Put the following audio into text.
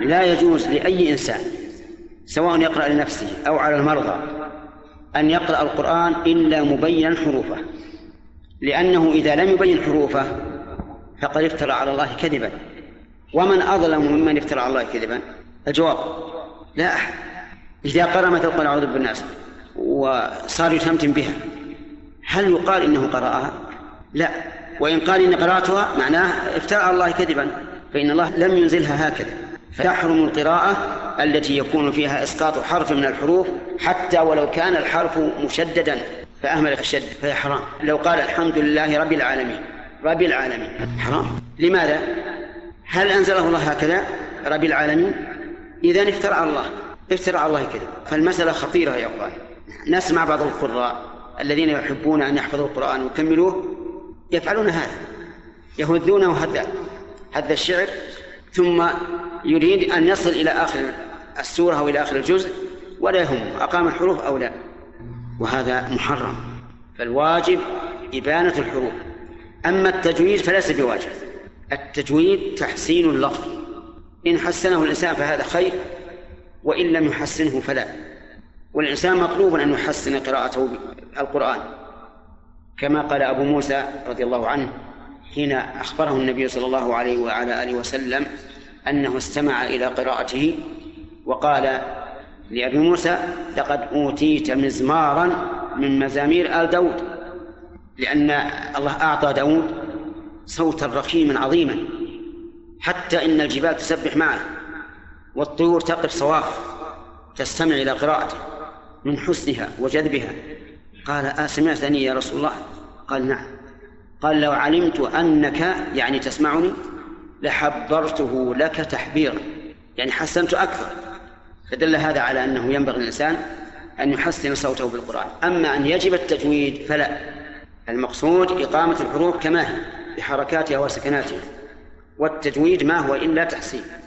لا يجوز لأي إنسان سواء يقرأ لنفسه أو على المرضى أن يقرأ القرآن إلا مبينا حروفه، لأنه إذا لم يبين حروفه فقد افترى على الله كذبا. ومن أظلم ممن افترى على الله كذبا؟ الجواب لا أحد. إذا قرأ مثل قل أعوذ بالناس وصار يتمتم بها، هل يقال إنه قرأها؟ لا. وإن قال إن قرأتها معناه افترى على الله كذبا، فإن الله لم ينزلها هكذا. فتحرم القراءة التي يكون فيها إسقاط حرف من الحروف حتى ولو كان الحرف مشددا فأهمل الشد فهي حرام. لو قال الحمد لله رب العالمين، رب العالمين، حرام. لماذا؟ هل أنزله الله هكذا رب العالمين؟ إذن افترى على الله، افترى على الله كذب. فالمسألة خطيرة يا أخوان. نسمع بعض القراء الذين يحبون أن يحفظوا القرآن ويكملوه يفعلون هذا، يهذونه هذا الشعر، ثم يريد أن يصل إلى آخر السورة أو إلى آخر الجزء ولا يهمه أقام الحروف أو لا، وهذا محرم. فالواجب إبانة الحروف. أما التجويد فليس بواجب. التجويد تحسين اللفظ، إن حسنه الإنسان فهذا خير، وإن لم يحسنه فلا. والإنسان مطلوب أن يحسن قراءته القرآن، كما قال أبو موسى رضي الله عنه حين أخبره النبي صلى الله عليه وعلى آله وسلم أنه استمع إلى قراءته وقال لأبي موسى لقد أوتيت مزمارا من مزامير آل داود، لأن الله أعطى داود صوتا رخيما عظيما حتى إن الجبال تسبح معه والطيور تقف صواف تستمع إلى قراءته من حسنها وجذبها. قال سمعتني يا رسول الله؟ قال نعم. قال لو علمت أنك يعني تسمعني لحبرته لك تحبيرا، يعني حسنت أكثر. فدل هذا على أنه ينبغي الإنسان أن يحسن صوته بالقرآن. أما أن يجب التجويد فلا، المقصود إقامة الحروف كما هي بحركاتها وسكناتها، والتجويد ما هو إلا تحسين.